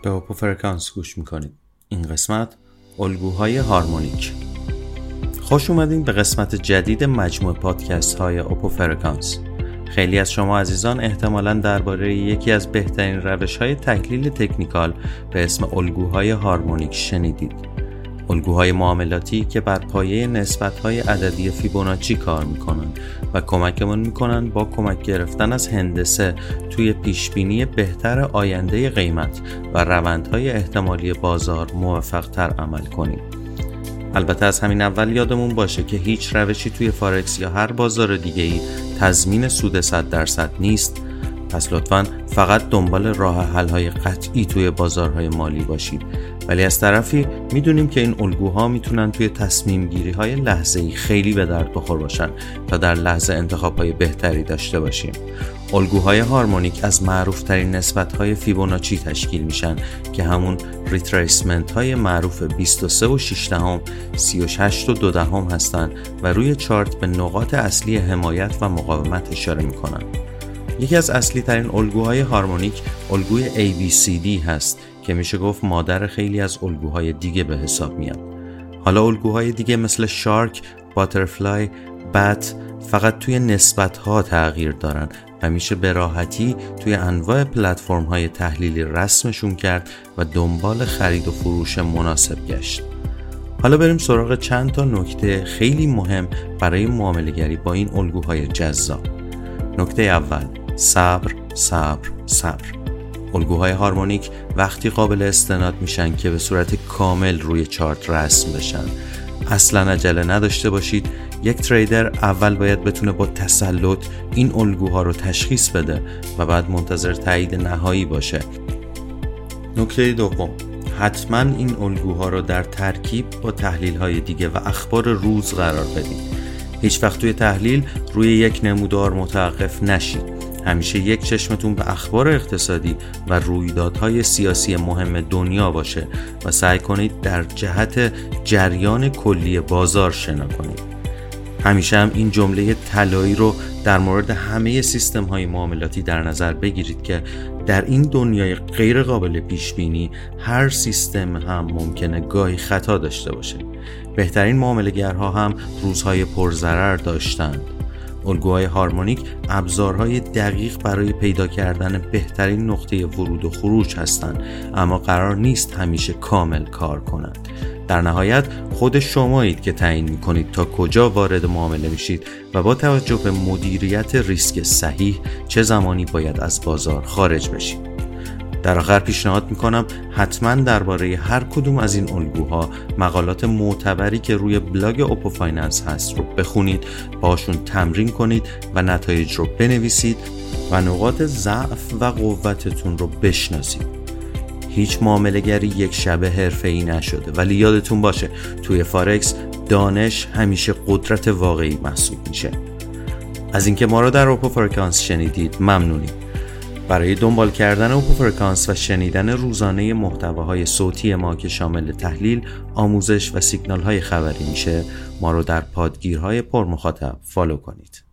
به اوپو فرکانس گوش میکنید. این قسمت الگوهای هارمونیک. خوش اومدین به قسمت جدید مجموعه پادکست های اوپو فرکانس. خیلی از شما عزیزان احتمالاً درباره یکی از بهترین روش‌های تحلیل تکنیکال به اسم الگوهای هارمونیک شنیدید. الگوهای معاملاتی که بر پایه نسبت‌های عددی فیبوناچی کار می‌کنند و کمکمون می‌کنن با کمک گرفتن از هندسه توی پیشبینی بهتر آینده قیمت و روندهای احتمالی بازار موفق‌تر عمل کنیم. البته از همین اول یادمون باشه که هیچ روشی توی فارکس یا هر بازار دیگه‌ای تضمین سود 100% نیست. پس لطفاً فقط دنبال راه حل‌های قطعی توی بازارهای مالی باشید. ولی از طرفی میدونیم که این الگوها میتونن توی تصمیم گیری های لحظه‌ای خیلی به درد بخور باشن تا در لحظه انتخاب‌های بهتری داشته باشیم. الگوهای هارمونیک از معروف ترین نسبت‌های فیبوناچی تشکیل میشن که همون ریتریسمنت های معروف 23.6 36.2 هستن و روی چارت به نقاط اصلی حمایت و مقاومت اشاره میکنن. یکی از اصلی ترین الگوهای هارمونیک الگوی ABCD هست که میشه گفت مادر خیلی از الگوهای دیگه به حساب میاد. حالا الگوهای دیگه مثل شارک، باترفلای، بت فقط توی نسبت‌ها تغییر دارن و میشه به راحتی توی انواع پلتفرم‌های تحلیلی رسمشون کرد و دنبال خرید و فروش مناسب گشت. حالا بریم سراغ چند تا نکته خیلی مهم برای معامله‌گری با این الگوهای جذاب. نکته اول، صبر. الگوهای هارمونیک وقتی قابل استناد میشن که به صورت کامل روی چارت رسم بشن. اصلا عجله نداشته باشید. یک تریدر اول باید بتونه با تسلط این الگوها رو تشخیص بده و بعد منتظر تایید نهایی باشه. نکته دوم، حتما این الگوها رو در ترکیب با تحلیل‌های دیگه و اخبار روز قرار بدید. هیچ وقت توی تحلیل روی یک نمودار متوقف نشید. همیشه یک چشمتون به اخبار اقتصادی و رویدادهای سیاسی مهم دنیا باشه و سعی کنید در جهت جریان کلی بازار شنا کنید. همیشه هم این جمله طلایی رو در مورد همه سیستم‌های معاملاتی در نظر بگیرید که در این دنیای غیر قابل پیش بینی هر سیستم هم ممکنه گاهی خطا داشته باشه. بهترین معامله‌گرها هم روزهای پرضرر داشتند. الگوهای هارمونیک ابزارهای دقیق برای پیدا کردن بهترین نقطه ورود و خروج هستند، اما قرار نیست همیشه کامل کار کنند. در نهایت خود شمایید که تعیین می‌کنید تا کجا وارد معامله میشید و با توجه به مدیریت ریسک صحیح چه زمانی باید از بازار خارج بشید. در آخر پیشنهاد میکنم حتما درباره هر کدوم از این الگوها مقالات معتبری که روی بلاگ اوپو فایننس هست رو بخونید، باشون تمرین کنید و نتایج رو بنویسید و نقاط ضعف و قوتتون رو بشناسید. هیچ معامله‌گری یک شبه حرفه‌ای نشده، ولی یادتون باشه توی فارکس دانش همیشه قدرت واقعی محسوب میشه. از اینکه ما رو در اوپو فرکانس شنیدید ممنونیم. برای دنبال کردن اوپو فرکانس و شنیدن روزانه محتواهای صوتی ما که شامل تحلیل، آموزش و سیگنال‌های خبری میشه، ما رو در پادگیرهای پرمخاطب فالو کنید.